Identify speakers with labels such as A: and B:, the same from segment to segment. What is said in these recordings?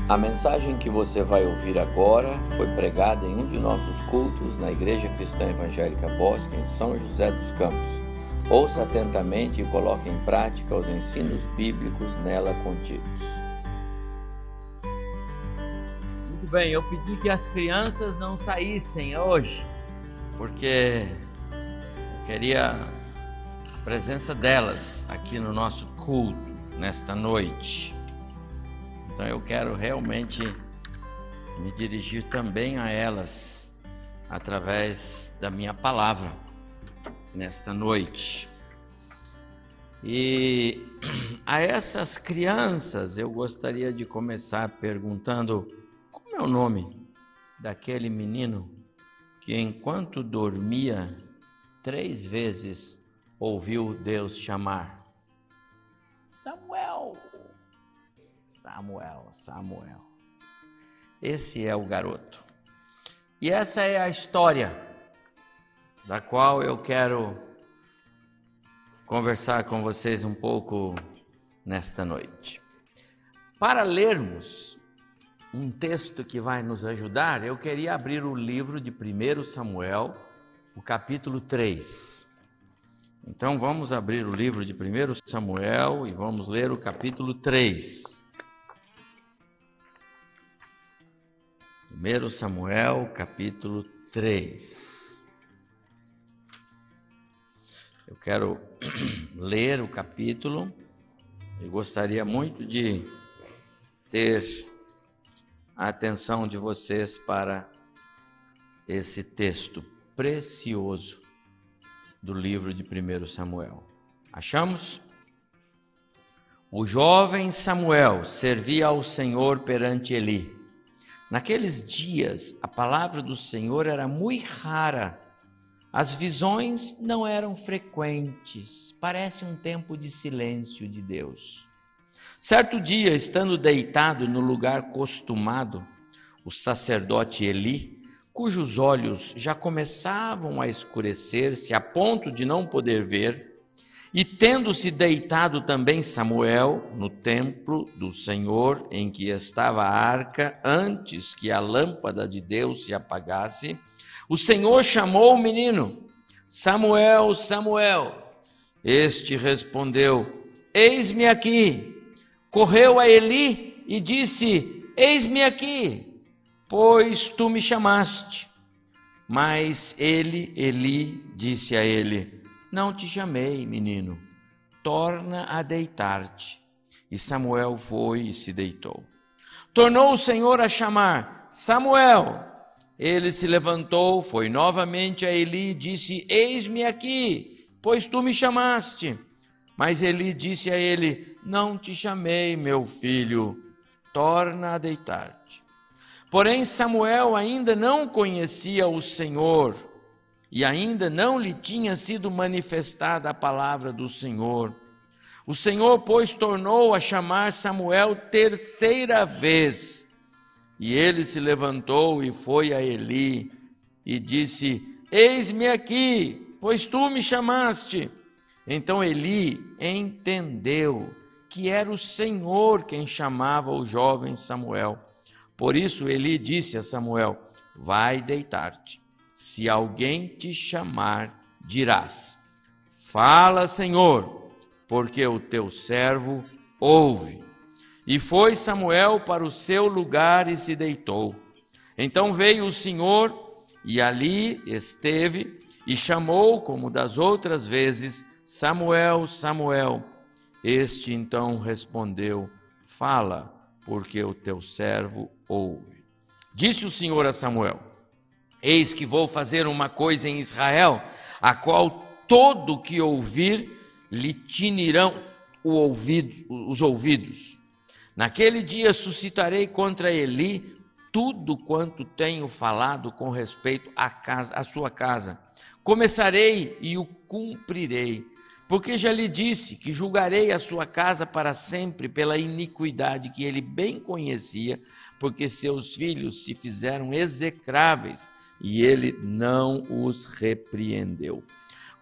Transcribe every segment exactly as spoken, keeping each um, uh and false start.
A: A mensagem que você vai ouvir agora foi pregada em um de nossos cultos na Igreja Cristã Evangélica Bosque, em São José dos Campos. Ouça atentamente e coloque em prática os ensinos bíblicos nela contidos.
B: Muito bem, eu pedi que as crianças não saíssem hoje, porque eu queria a presença delas aqui no nosso culto, nesta noite. Então eu quero realmente me dirigir também a elas através da minha palavra nesta noite. E a essas crianças eu gostaria de começar perguntando: como é o nome daquele menino que enquanto dormia três vezes ouviu Deus chamar? Samuel! Samuel, Samuel. Esse é o garoto. E essa é a história da qual eu quero conversar com vocês um pouco nesta noite. Para lermos um texto que vai nos ajudar, eu queria abrir o livro de primeiro Samuel, o capítulo três. Então vamos abrir o livro de primeiro Samuel e vamos ler o capítulo três. primeiro Samuel, capítulo três. Eu quero ler o capítulo e gostaria muito de ter a atenção de vocês para esse texto precioso do livro de primeiro Samuel. Achamos? O jovem Samuel servia ao Senhor perante Eli. Naqueles dias, a palavra do Senhor era muito rara, as visões não eram frequentes, parece um tempo de silêncio de Deus. Certo dia, estando deitado no lugar costumado, o sacerdote Eli, cujos olhos já começavam a escurecer-se a ponto de não poder ver, e tendo-se deitado também Samuel no templo do Senhor, em que estava a arca, antes que a lâmpada de Deus se apagasse, o Senhor chamou o menino: Samuel, Samuel. Este respondeu: eis-me aqui. Correu a Eli e disse: eis-me aqui, pois tu me chamaste. Mas ele, Eli, disse a ele: não te chamei, menino, torna a deitar-te. E Samuel foi e se deitou. Tornou o Senhor a chamar: Samuel. Ele se levantou, foi novamente a Eli e disse: eis-me aqui, pois tu me chamaste. Mas Eli disse a ele: não te chamei, meu filho, torna a deitar-te. Porém Samuel ainda não conhecia o Senhor, e ainda não lhe tinha sido manifestada a palavra do Senhor. O Senhor, pois, tornou a chamar Samuel terceira vez. E ele se levantou e foi a Eli e disse: eis-me aqui, pois tu me chamaste. Então Eli entendeu que era o Senhor quem chamava o jovem Samuel. Por isso Eli disse a Samuel: vai deitar-te. Se alguém te chamar, dirás: fala, Senhor, porque o teu servo ouve. E foi Samuel para o seu lugar e se deitou. Então veio o Senhor e ali esteve e chamou, como das outras vezes: Samuel, Samuel. Este então respondeu: fala, porque o teu servo ouve. Disse o Senhor a Samuel: eis que vou fazer uma coisa em Israel, a qual todo que ouvir lhe tinirão o ouvido, os ouvidos. Naquele dia suscitarei contra Eli tudo quanto tenho falado com respeito à, casa, à sua casa. Começarei e o cumprirei, porque já lhe disse que julgarei a sua casa para sempre pela iniquidade que ele bem conhecia, porque seus filhos se fizeram execráveis e ele não os repreendeu.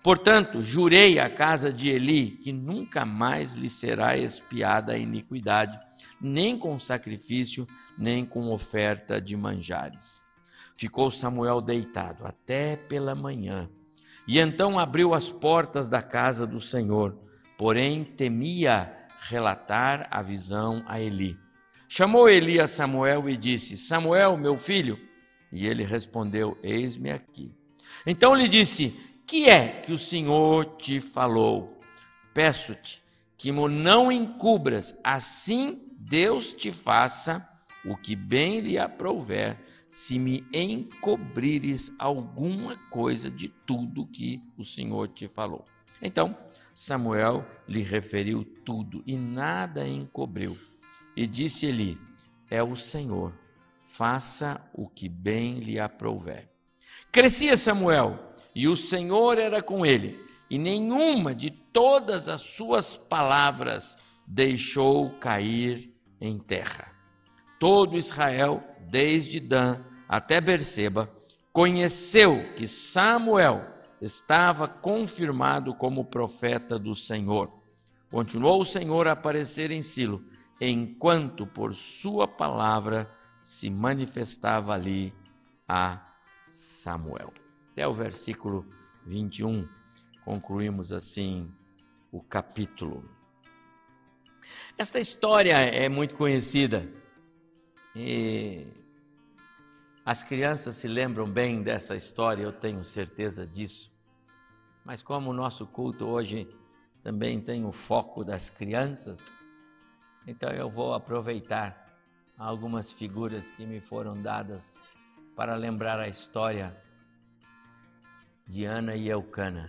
B: Portanto, jurei à casa de Eli que nunca mais lhe será expiada a iniquidade, nem com sacrifício, nem com oferta de manjares. Ficou Samuel deitado até pela manhã, e então abriu as portas da casa do Senhor, porém temia relatar a visão a Eli. Chamou Eli a Samuel e disse: Samuel, meu filho. E ele respondeu: eis-me aqui. Então lhe disse: que é que o Senhor te falou? Peço-te que me não encubras, assim Deus te faça o que bem lhe aprouver, se me encobrires alguma coisa de tudo que o Senhor te falou. Então Samuel lhe referiu tudo e nada encobriu. E disse Eli: é o Senhor, faça o que bem lhe aprouver. Crescia Samuel, e o Senhor era com ele, e nenhuma de todas as suas palavras deixou cair em terra. Todo Israel, desde Dan até Berseba, conheceu que Samuel estava confirmado como profeta do Senhor. Continuou o Senhor a aparecer em Silo, enquanto por sua palavra se manifestava ali a Samuel. Até o versículo vinte e um, concluímos assim o capítulo. Esta história é muito conhecida e as crianças se lembram bem dessa história, eu tenho certeza disso. Mas como o nosso culto hoje também tem o foco das crianças, então eu vou aproveitar algumas figuras que me foram dadas para lembrar a história de Ana e Eucana.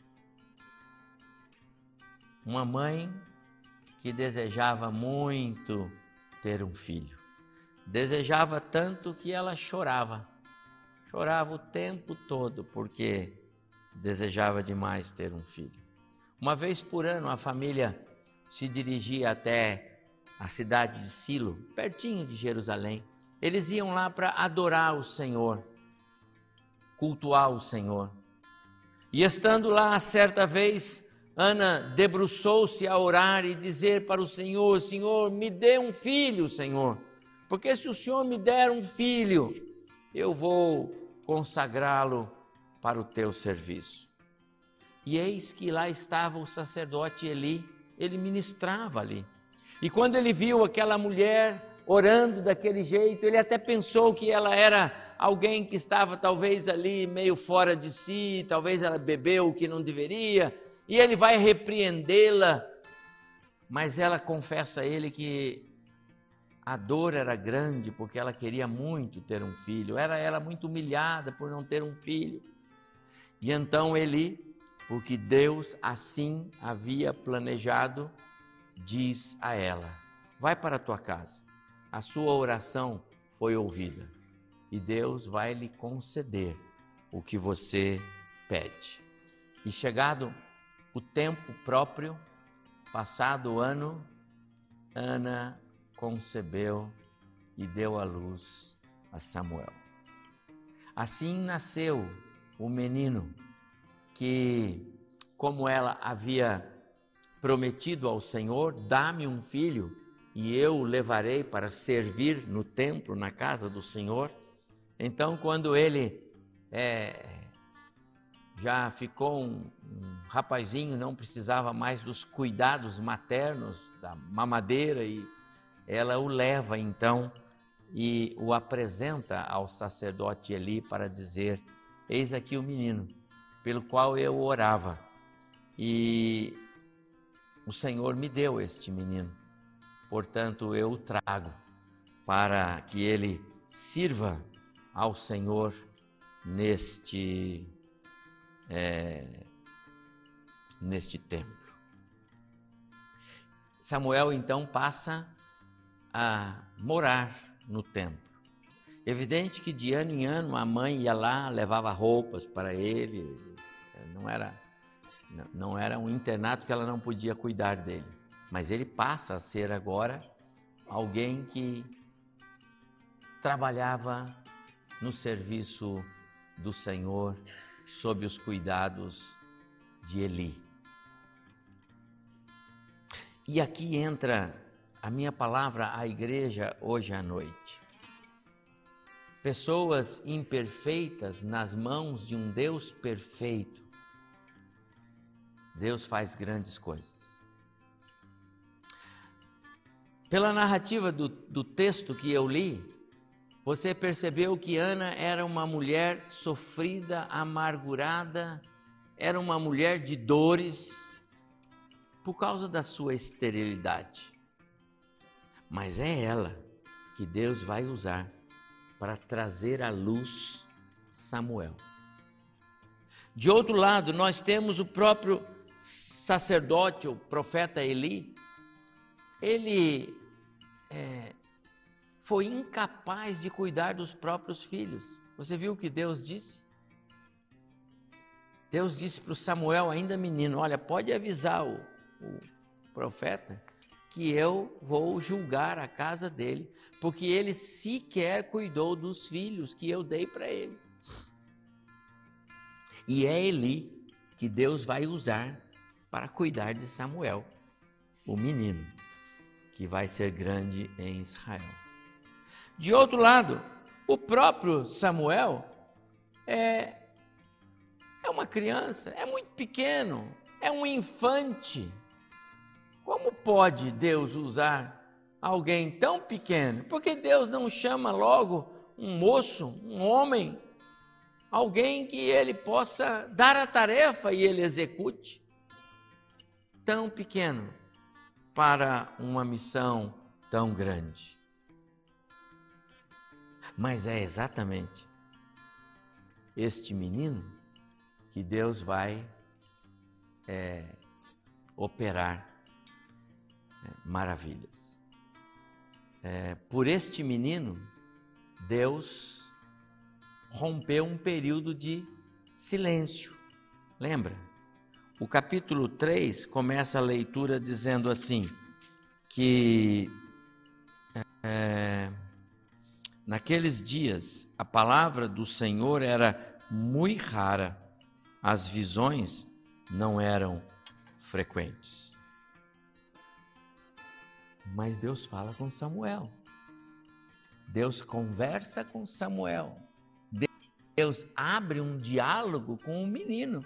B: Uma mãe que desejava muito ter um filho. Desejava tanto que ela chorava. Chorava o tempo todo porque desejava demais ter um filho. Uma vez por ano a família se dirigia até a cidade de Silo, pertinho de Jerusalém. Eles iam lá para adorar o Senhor, cultuar o Senhor. E estando lá, certa vez, Ana debruçou-se a orar e dizer para o Senhor: Senhor, me dê um filho, Senhor, porque se o Senhor me der um filho, eu vou consagrá-lo para o teu serviço. E eis que lá estava o sacerdote Eli, ele ministrava ali. E quando ele viu aquela mulher orando daquele jeito, ele até pensou que ela era alguém que estava talvez ali meio fora de si, talvez ela bebeu o que não deveria, e ele vai repreendê-la, mas ela confessa a ele que a dor era grande porque ela queria muito ter um filho, era ela muito humilhada por não ter um filho. E então Eli, porque Deus assim havia planejado, diz a ela: vai para a tua casa, a sua oração foi ouvida e Deus vai lhe conceder o que você pede. E chegado o tempo próprio, passado o ano, Ana concebeu e deu à luz a Samuel. Assim nasceu o menino que, como ela havia prometido ao Senhor, dá-me um filho e eu o levarei para servir no templo, na casa do Senhor. Então, quando ele é, já ficou um, um rapazinho, não precisava mais dos cuidados maternos, da mamadeira, e ela o leva então e o apresenta ao sacerdote Eli para dizer: eis aqui o menino pelo qual eu orava, e o Senhor me deu este menino, portanto eu o trago para que ele sirva ao Senhor neste, é, neste templo. Samuel então passa a morar no templo. Evidente que de ano em ano a mãe ia lá, levava roupas para ele, não era, não era um internato que ela não podia cuidar dele, mas ele passa a ser agora alguém que trabalhava no serviço do Senhor, sob os cuidados de Eli. E aqui entra a minha palavra à igreja hoje à noite. Pessoas imperfeitas nas mãos de um Deus perfeito. Deus faz grandes coisas. Pela narrativa do, do texto que eu li, você percebeu que Ana era uma mulher sofrida, amargurada, era uma mulher de dores por causa da sua esterilidade. Mas é ela que Deus vai usar para trazer à luz Samuel. De outro lado, nós temos o próprio sacerdote, o profeta Eli. Ele é, foi incapaz de cuidar dos próprios filhos. Você viu o que Deus disse? Deus disse para o Samuel, ainda menino, olha, pode avisar o, o profeta que eu vou julgar a casa dele, porque ele sequer cuidou dos filhos que eu dei para ele. E é Eli que Deus vai usar para cuidar de Samuel, o menino, que vai ser grande em Israel. De outro lado, o próprio Samuel é, é uma criança, é muito pequeno, é um infante. Como pode Deus usar alguém tão pequeno? Por que Deus não chama logo um moço, um homem, alguém que ele possa dar a tarefa e ele execute? Tão pequeno para uma missão tão grande. Mas é exatamente este menino que Deus vai é, operar é, maravilhas. É, por este menino, Deus rompeu um período de silêncio. Lembra? O capítulo três começa a leitura dizendo assim, que é, naqueles dias a palavra do Senhor era muito rara, as visões não eram frequentes. Mas Deus fala com Samuel. Deus conversa com Samuel. Deus abre um diálogo com o menino.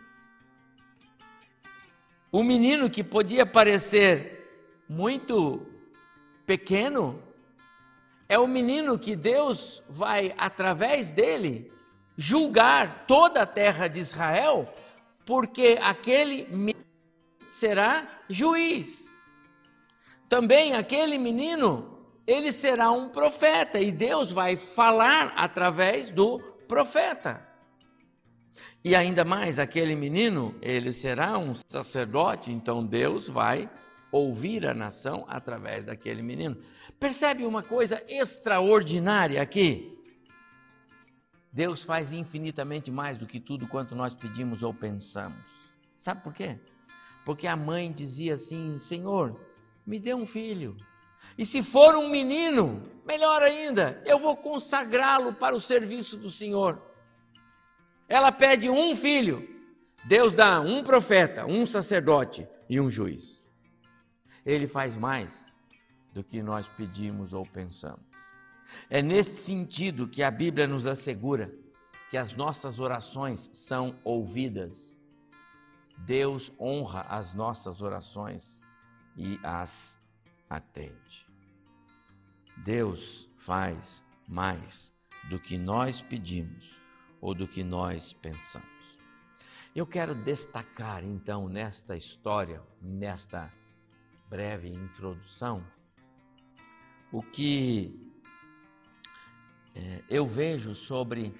B: O menino que podia parecer muito pequeno, é o menino que Deus vai, através dele, julgar toda a terra de Israel, porque aquele menino será juiz. Também aquele menino, ele será um profeta, e Deus vai falar através do profeta. E ainda mais, aquele menino, ele será um sacerdote, então Deus vai ouvir a nação através daquele menino. Percebe uma coisa extraordinária aqui? Deus faz infinitamente mais do que tudo quanto nós pedimos ou pensamos. Sabe por quê? Porque a mãe dizia assim, Senhor, me dê um filho. E se for um menino, melhor ainda, eu vou consagrá-lo para o serviço do Senhor. Ela pede um filho, Deus dá um profeta, um sacerdote e um juiz. Ele faz mais do que nós pedimos ou pensamos. É nesse sentido que a Bíblia nos assegura que as nossas orações são ouvidas. Deus honra as nossas orações e as atende. Deus faz mais do que nós pedimos ou do que nós pensamos. Eu quero destacar, então, nesta história, nesta breve introdução, o que é, eu vejo sobre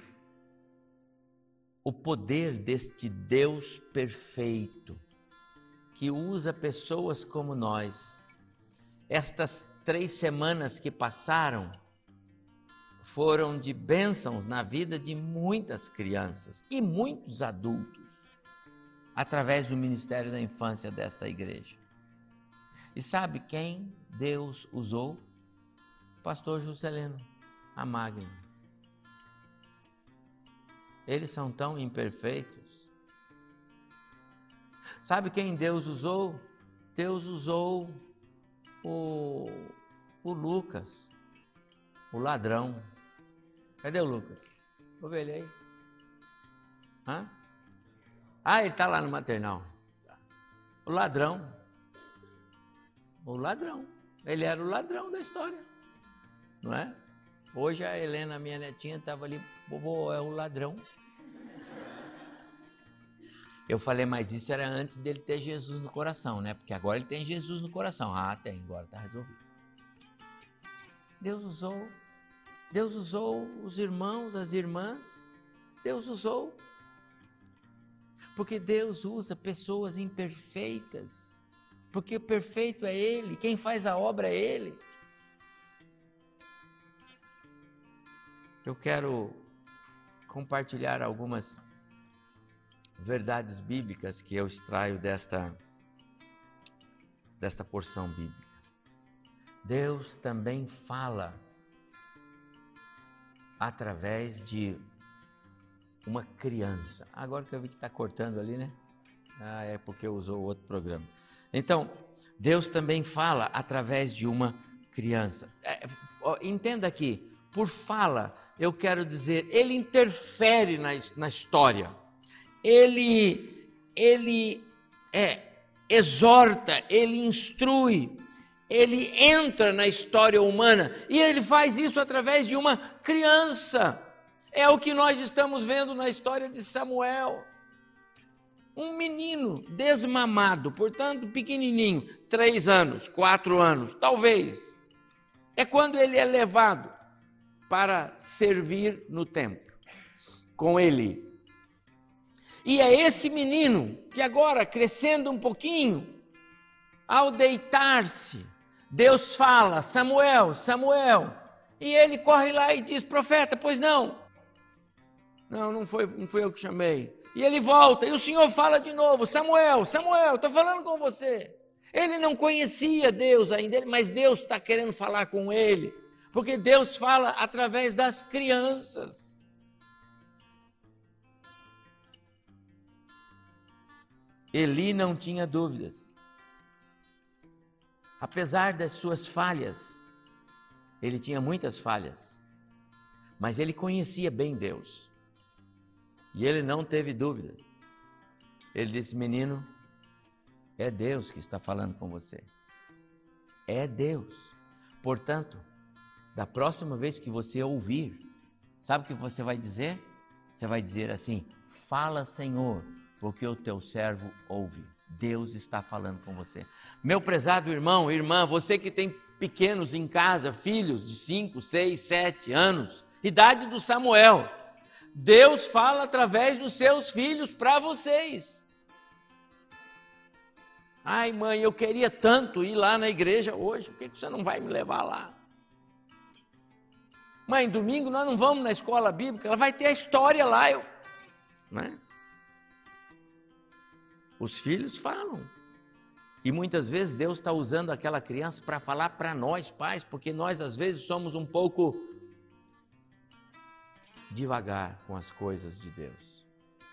B: o poder deste Deus perfeito, que usa pessoas como nós. Estas três semanas que passaram foram de bênçãos na vida de muitas crianças e muitos adultos, através do Ministério da Infância desta igreja. E sabe quem Deus usou? Pastor Juscelino, a Magna. Eles são tão imperfeitos, Sabe quem Deus usou? Deus usou o, o Lucas, o ladrão. Cadê o Lucas? Vou ver ele aí. Hã? Ah, ele está lá no maternal. O ladrão. O ladrão. Ele era o ladrão da história. Não é? Hoje a Helena, minha netinha, estava ali. Vovô, é o ladrão. Eu falei, mas isso era antes dele ter Jesus no coração, né? Porque agora ele tem Jesus no coração. Ah, tem, agora está resolvido. Deus usou, Deus usou os irmãos, as irmãs, Deus usou. Porque Deus usa pessoas imperfeitas. Porque o perfeito é Ele, quem faz a obra é Ele. Eu quero compartilhar algumas verdades bíblicas que eu extraio desta, desta porção bíblica. Deus também fala através de uma criança. Agora que eu vi que está cortando ali, né? Ah, é porque usou outro programa. Então, Deus também fala através de uma criança. É, entenda aqui, por fala, eu quero dizer, ele interfere na, na história. Ele, ele é, exorta, ele instrui, ele entra na história humana e ele faz isso através de uma criança. É o que nós estamos vendo na história de Samuel. Um menino desmamado, portanto pequenininho, três anos, quatro anos, talvez. É quando ele é levado para servir no templo com ele. E é esse menino que agora, crescendo um pouquinho, ao deitar-se, Deus fala, Samuel, Samuel, e ele corre lá e diz, profeta, pois não. Não, não foi, não foi eu que chamei. E ele volta, e o Senhor fala de novo, Samuel, Samuel, estou falando com você. Ele não conhecia Deus ainda, mas Deus está querendo falar com ele, porque Deus fala através das crianças. Eli não tinha dúvidas. Apesar das suas falhas, ele tinha muitas falhas, mas ele conhecia bem Deus. E ele não teve dúvidas. Ele disse, menino, é Deus que está falando com você. É Deus. Portanto, da próxima vez que você ouvir, sabe o que você vai dizer? Você vai dizer assim, fala, Senhor, porque o teu servo ouve. Deus está falando com você. Meu prezado irmão, irmã, você que tem pequenos em casa, filhos de cinco, seis, sete anos, idade do Samuel, Deus fala através dos seus filhos para vocês. Ai, mãe, eu queria tanto ir lá na igreja hoje, por que você não vai me levar lá? Mãe, domingo nós não vamos na escola bíblica, ela vai ter a história lá, eu... Não é? Os filhos falam. E muitas vezes Deus está usando aquela criança para falar para nós, pais, porque nós às vezes somos um pouco devagar com as coisas de Deus.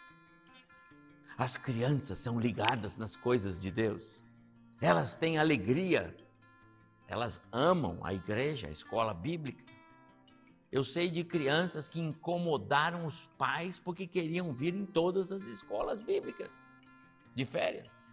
B: As crianças são ligadas nas coisas de Deus. Elas têm alegria. Elas amam a igreja, a escola bíblica. Eu sei de crianças que incomodaram os pais porque queriam vir em todas as escolas bíblicas de férias.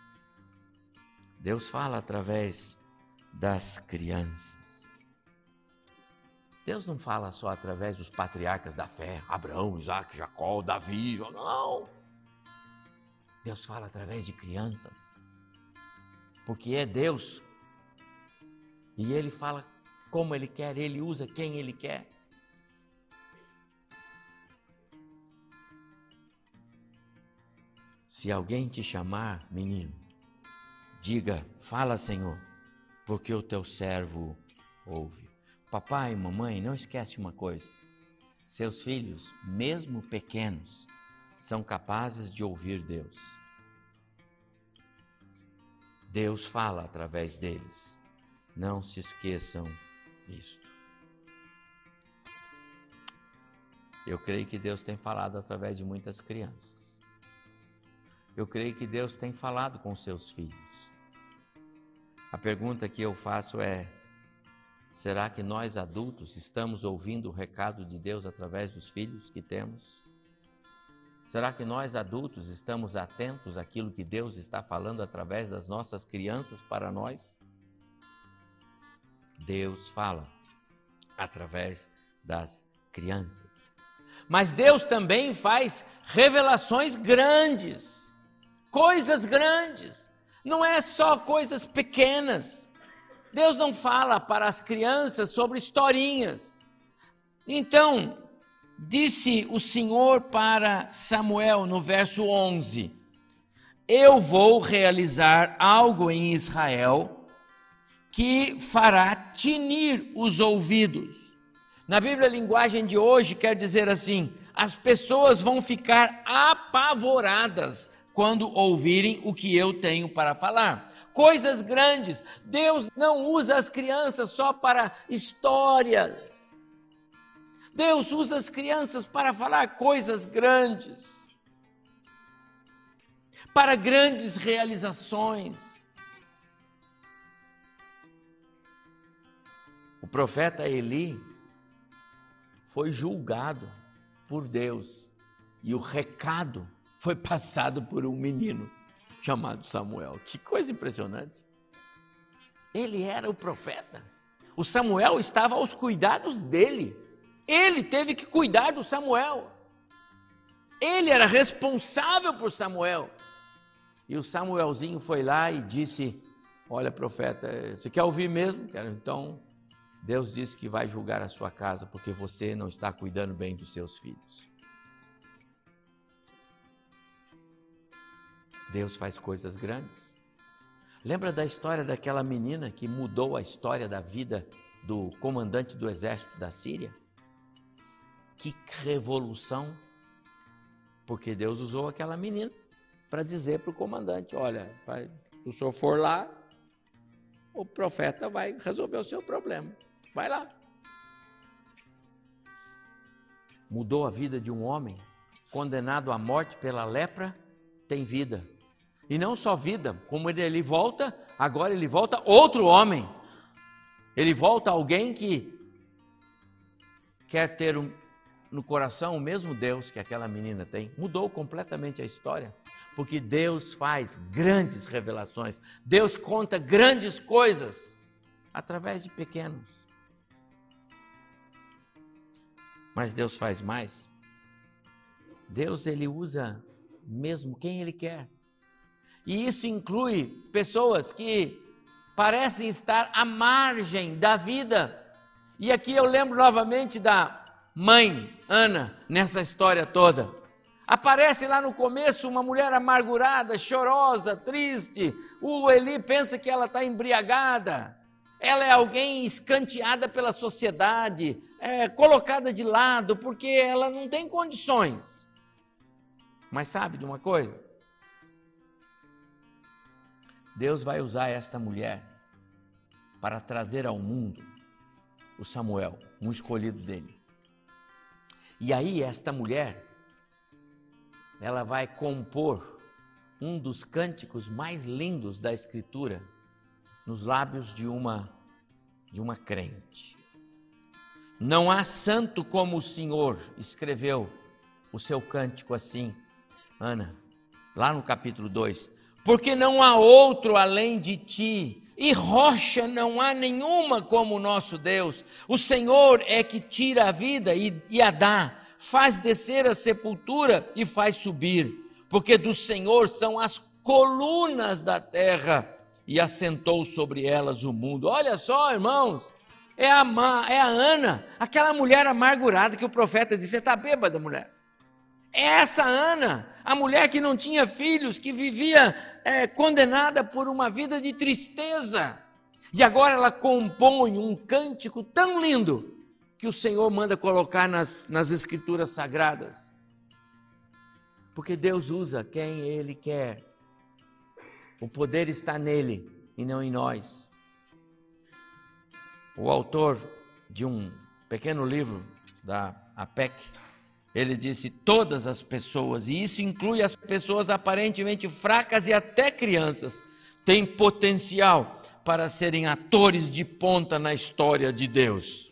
B: Deus fala através das crianças. Deus não fala só através dos patriarcas da fé, Abraão, Isaac, Jacó, Davi, não. Deus fala através de crianças, porque é Deus, e Ele fala como Ele quer, Ele usa quem Ele quer. Se alguém te chamar, menino, diga, fala, Senhor, porque o teu servo ouve. Papai e mamãe, não esquece uma coisa, seus filhos, mesmo pequenos, são capazes de ouvir Deus. Deus fala através deles, não se esqueçam disso. Eu creio que Deus tem falado através de muitas crianças. eu creio que Deus tem falado com seus filhos. A pergunta que eu faço é: será que nós adultos estamos ouvindo o recado de Deus através dos filhos que temos? Será que nós adultos estamos atentos àquilo que Deus está falando através das nossas crianças para nós? Deus fala através das crianças. Mas Deus também faz revelações grandes, coisas grandes. Não é só coisas pequenas. Deus não fala para as crianças sobre historinhas. Então, disse o Senhor para Samuel no verso onze: eu vou realizar algo em Israel que fará tinir os ouvidos. Na Bíblia, a linguagem de hoje quer dizer assim: as pessoas vão ficar apavoradas quando ouvirem o que eu tenho para falar. Coisas grandes. Deus não usa as crianças só para histórias. Deus usa as crianças para falar coisas grandes, para grandes realizações. O profeta Eli foi julgado por Deus e o recado foi passado por um menino chamado Samuel. Que coisa impressionante. Ele era o profeta. O Samuel estava aos cuidados dele. Ele teve que cuidar do Samuel. Ele era responsável por Samuel. E o Samuelzinho foi lá e disse: olha, profeta, você quer ouvir mesmo? Quero. Então, Deus disse que vai julgar a sua casa porque você não está cuidando bem dos seus filhos. Deus faz coisas grandes. Lembra da história daquela menina que mudou a história da vida do comandante do exército da Síria? Que revolução! Porque Deus usou aquela menina para dizer para o comandante: olha, vai, se o senhor for lá, o profeta vai resolver o seu problema. Vai lá. Mudou a vida de um homem condenado à morte pela lepra, tem vida. E não só vida, como ele, ele volta, agora ele volta outro homem. Ele volta alguém que quer ter um, no coração o mesmo Deus que aquela menina tem. Mudou completamente a história, porque Deus faz grandes revelações. Deus conta grandes coisas através de pequenos. Mas Deus faz mais. Deus, ele usa mesmo quem ele quer. E isso inclui pessoas que parecem estar à margem da vida. E aqui eu lembro novamente da mãe, Ana, nessa história toda. Aparece lá no começo uma mulher amargurada, chorosa, triste. O Eli pensa que ela está embriagada. Ela é alguém escanteada pela sociedade, é, colocada de lado, porque ela não tem condições. Mas sabe de uma coisa? Deus vai usar esta mulher para trazer ao mundo o Samuel, um escolhido dele. E aí esta mulher, ela vai compor um dos cânticos mais lindos da Escritura nos lábios de uma, de uma crente. Não há santo como o Senhor, escreveu o seu cântico assim, Ana, lá no capítulo dois. Porque não há outro além de ti, e rocha não há nenhuma como o nosso Deus. O Senhor é que tira a vida e, e a dá, faz descer a sepultura e faz subir. Porque do Senhor são as colunas da terra, e assentou sobre elas o mundo. Olha só, irmãos, é a, é a Ana, aquela mulher amargurada que o profeta disse: você está bêbada, mulher. É essa Ana, a mulher que não tinha filhos, que vivia é, condenada por uma vida de tristeza. E agora ela compõe um cântico tão lindo que o Senhor manda colocar nas, nas Escrituras Sagradas. Porque Deus usa quem Ele quer. O poder está nele e não em nós. O autor de um pequeno livro da A P E C, Ele disse todas as pessoas, e isso inclui as pessoas aparentemente fracas e até crianças, têm potencial para serem atores de ponta na história de Deus.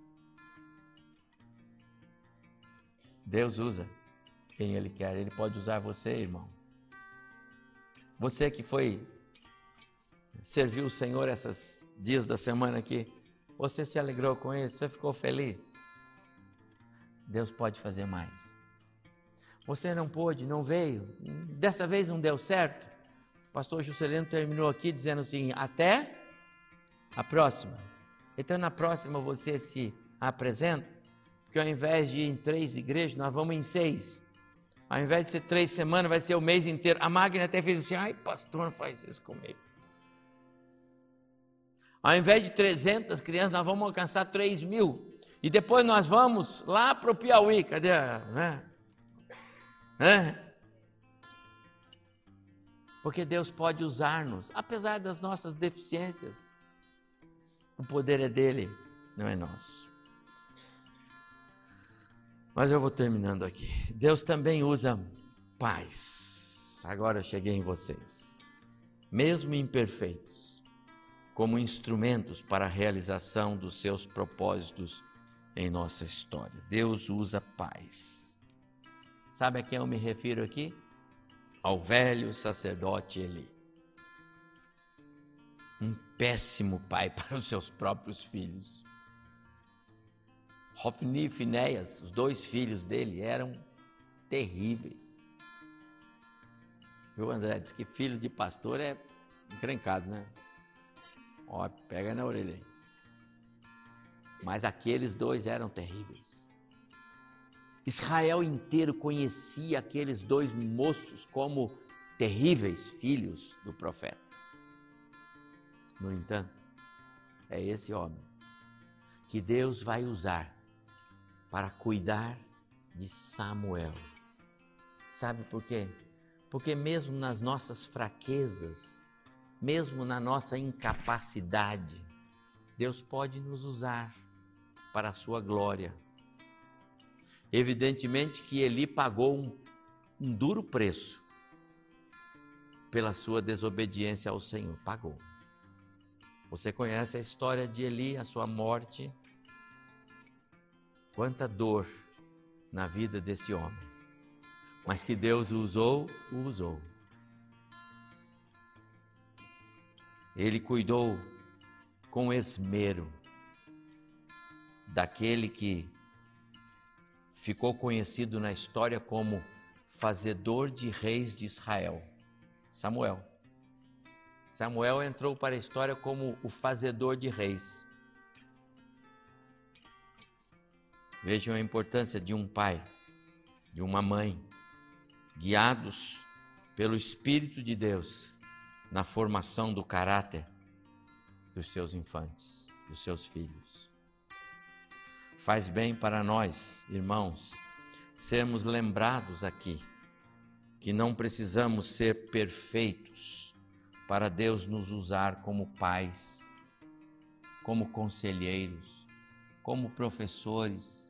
B: Deus usa quem Ele quer, Ele pode usar você, irmão. Você que foi serviu o Senhor esses dias da semana aqui, você se alegrou com Ele, você ficou feliz? Deus pode fazer mais. Você não pôde, não veio, dessa vez não deu certo. O pastor Juscelino terminou aqui dizendo assim, até a próxima. Então na próxima você se apresenta, porque ao invés de ir em três igrejas, nós vamos em seis. Ao invés de ser três semanas, vai ser o mês inteiro. A Magna até fez assim, ai pastor, não faz isso comigo. Ao invés de trezentas crianças, nós vamos alcançar três mil. E depois nós vamos lá para o Piauí. Cadê a... Né? Né? Porque Deus pode usar-nos, apesar das nossas deficiências. O poder é dele, não é nosso. Mas eu vou terminando aqui. Deus também usa pais. Agora eu cheguei em vocês. Mesmo imperfeitos, como instrumentos para a realização dos seus propósitos em nossa história. Deus usa pais. Sabe a quem eu me refiro aqui? Ao velho sacerdote Eli. Um péssimo pai para os seus próprios filhos. Hofni e Finéias, os dois filhos dele, eram terríveis. Viu, André? Diz que filho de pastor é encrencado, né? Ó, pega na orelha aí. Mas aqueles dois eram terríveis. Israel inteiro conhecia aqueles dois moços como terríveis filhos do profeta. No entanto, é esse homem que Deus vai usar para cuidar de Samuel. Sabe por quê? Porque mesmo nas nossas fraquezas, mesmo na nossa incapacidade, Deus pode nos usar para a sua glória. Evidentemente que Eli pagou um, um duro preço pela sua desobediência ao Senhor. Pagou. Você conhece a história de Eli, a sua morte? Quanta dor na vida desse homem. Mas que Deus o usou, o usou. Ele cuidou com esmero daquele que ficou conhecido na história como fazedor de reis de Israel, Samuel. Samuel entrou para a história como o fazedor de reis. Vejam a importância de um pai, de uma mãe, guiados pelo Espírito de Deus na formação do caráter dos seus infantes, dos seus filhos. Faz bem para nós, irmãos, sermos lembrados aqui que não precisamos ser perfeitos para Deus nos usar como pais, como conselheiros, como professores.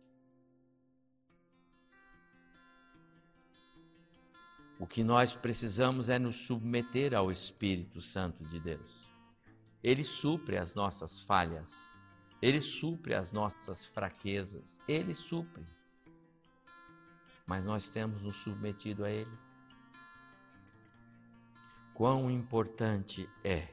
B: O que nós precisamos é nos submeter ao Espírito Santo de Deus. Ele supre as nossas falhas, Ele supre as nossas fraquezas, Ele supre. Mas nós temos nos submetido a Ele. Quão importante é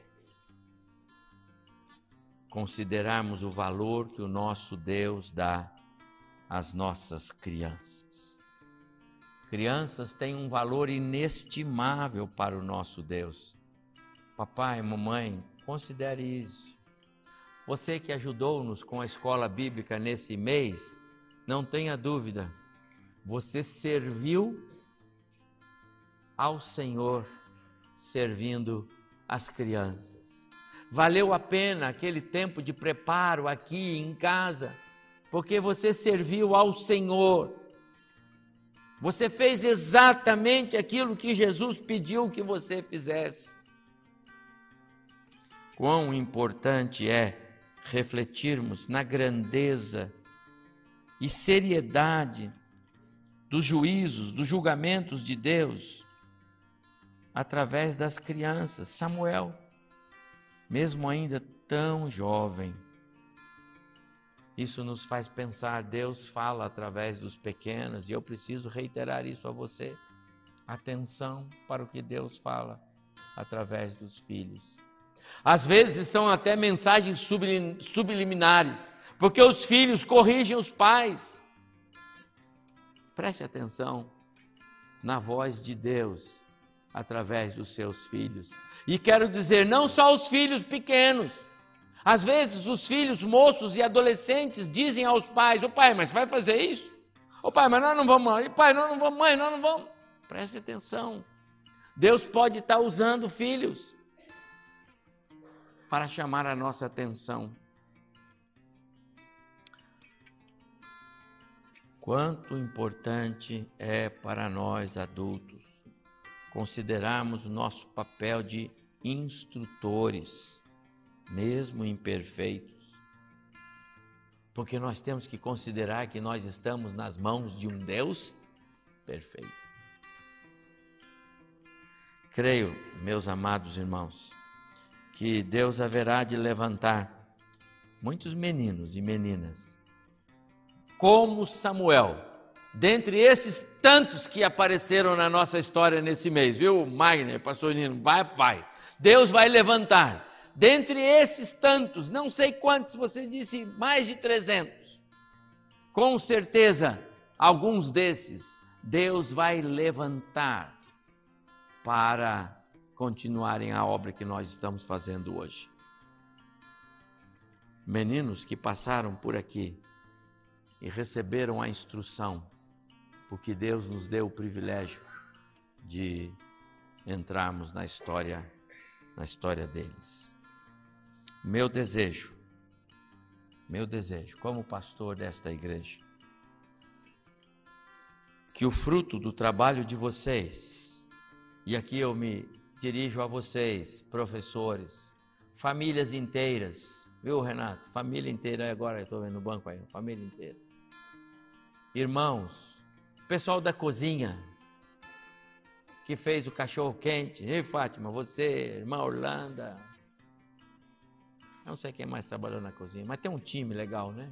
B: considerarmos o valor que o nosso Deus dá às nossas crianças. Crianças têm um valor inestimável para o nosso Deus. Papai, mamãe, considere isso. Você que ajudou-nos com a escola bíblica nesse mês, não tenha dúvida, você serviu ao Senhor servindo as crianças. Valeu a pena aquele tempo de preparo aqui em casa, porque você serviu ao Senhor. Você fez exatamente aquilo que Jesus pediu que você fizesse. Quão importante é refletirmos na grandeza e seriedade dos juízos, dos julgamentos de Deus, através das crianças. Samuel, mesmo ainda tão jovem, isso nos faz pensar, Deus fala através dos pequenos, e eu preciso reiterar isso a você. Atenção para o que Deus fala através dos filhos. Às vezes são até mensagens subliminares, porque os filhos corrigem os pais. Preste atenção na voz de Deus através dos seus filhos. E quero dizer, não só os filhos pequenos. Às vezes os filhos moços e adolescentes dizem aos pais, ô pai, mas vai fazer isso? Ô pai, mas nós não vamos, e pai, nós não vamos, mãe, nós não vamos. Preste atenção. Deus pode estar usando filhos para chamar a nossa atenção. Quanto importante é para nós adultos considerarmos o nosso papel de instrutores, mesmo imperfeitos, porque nós temos que considerar que nós estamos nas mãos de um Deus perfeito. Creio, meus amados irmãos, que Deus haverá de levantar muitos meninos e meninas, como Samuel, dentre esses tantos que apareceram na nossa história nesse mês, viu, Magner, pastor Nino, vai, vai. Deus vai levantar, dentre esses tantos, não sei quantos, você disse mais de trezentos, com certeza, alguns desses, Deus vai levantar para continuarem a obra que nós estamos fazendo hoje. Meninos que passaram por aqui e receberam a instrução, porque Deus nos deu o privilégio de entrarmos na história, na história deles. Meu desejo, meu desejo, como pastor desta igreja, que o fruto do trabalho de vocês, e aqui eu me dirijo a vocês, professores, famílias inteiras, viu, Renato? Família inteira, agora eu estou vendo no banco aí, família inteira. Irmãos, pessoal da cozinha, que fez o cachorro quente, ei, Fátima, você, irmã Orlando, não sei quem mais trabalhou na cozinha, mas tem um time legal, né?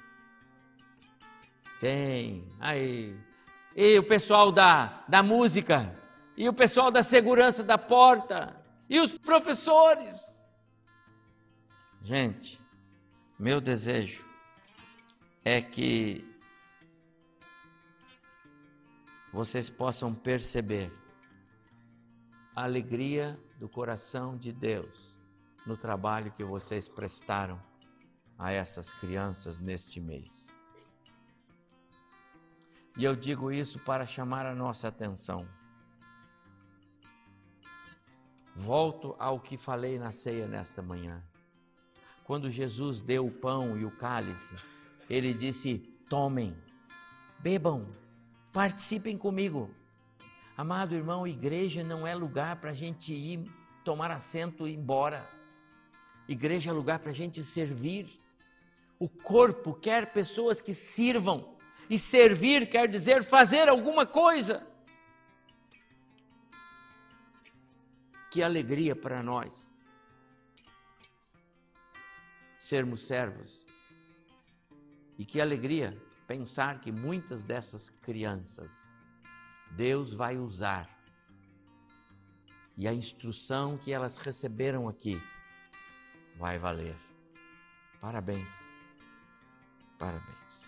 B: Tem, aí, e o pessoal da, da música, e o pessoal da segurança da porta, e os professores. Gente, meu desejo é que vocês possam perceber a alegria do coração de Deus no trabalho que vocês prestaram a essas crianças neste mês. E eu digo isso para chamar a nossa atenção. Volto ao que falei na ceia nesta manhã. Quando Jesus deu o pão e o cálice, ele disse, tomem, bebam, participem comigo. Amado irmão, igreja não é lugar para a gente ir tomar assento e ir embora. Igreja é lugar para a gente servir. O corpo quer pessoas que sirvam. E servir quer dizer fazer alguma coisa. Que alegria para nós sermos servos. E que alegria pensar que muitas dessas crianças Deus vai usar. E a instrução que elas receberam aqui vai valer. Parabéns. Parabéns.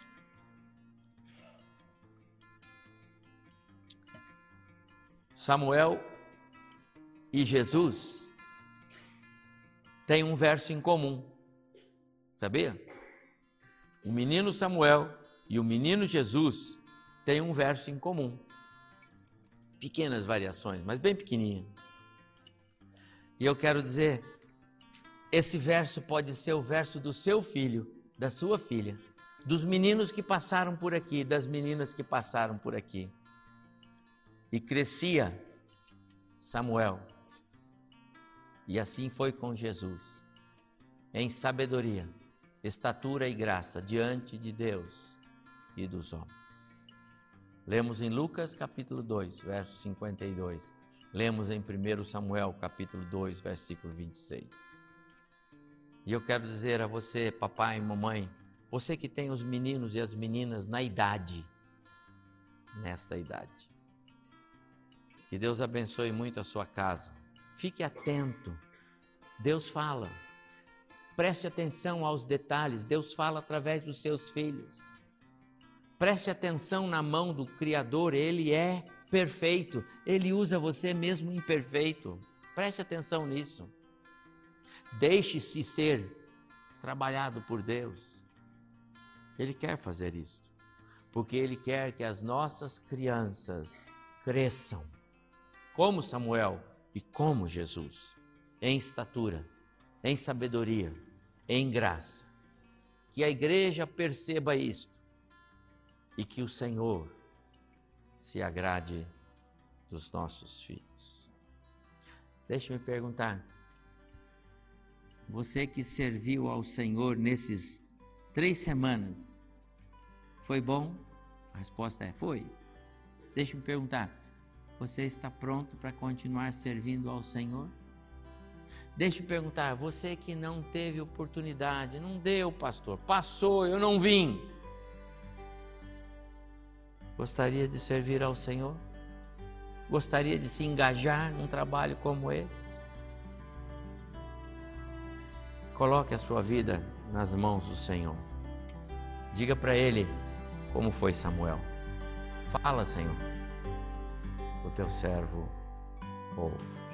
B: Samuel e Jesus têm um verso em comum. Sabia? O menino Samuel e o menino Jesus têm um verso em comum. Pequenas variações, mas bem pequenininha. E eu quero dizer, esse verso pode ser o verso do seu filho, da sua filha, dos meninos que passaram por aqui, das meninas que passaram por aqui. E crescia Samuel. E assim foi com Jesus, em sabedoria, estatura e graça diante de Deus e dos homens. Lemos em Lucas capítulo dois, verso cinquenta e dois. Lemos em primeiro Samuel capítulo dois, versículo vinte e seis. E eu quero dizer a você, papai e mamãe, você que tem os meninos e as meninas na idade, nesta idade, que Deus abençoe muito a sua casa. Fique atento, Deus fala. Preste atenção aos detalhes, Deus fala através dos seus filhos. Preste atenção na mão do Criador, Ele é perfeito, Ele usa você mesmo imperfeito. Preste atenção nisso. Deixe-se ser trabalhado por Deus. Ele quer fazer isso, porque Ele quer que as nossas crianças cresçam, como Samuel e como Jesus, em estatura, em sabedoria, em graça. Que a igreja perceba isto e que o Senhor se agrade dos nossos filhos. Deixe-me perguntar, você que serviu ao Senhor nesses três semanas, foi bom? A resposta é, foi. Deixe-me perguntar, você está pronto para continuar servindo ao Senhor? Deixe-me perguntar, você que não teve oportunidade, não deu, pastor, passou, eu não vim. Gostaria de servir ao Senhor? Gostaria de se engajar num trabalho como esse? Coloque a sua vida nas mãos do Senhor. Diga para Ele como foi Samuel. Fala, Senhor, o teu servo ouve.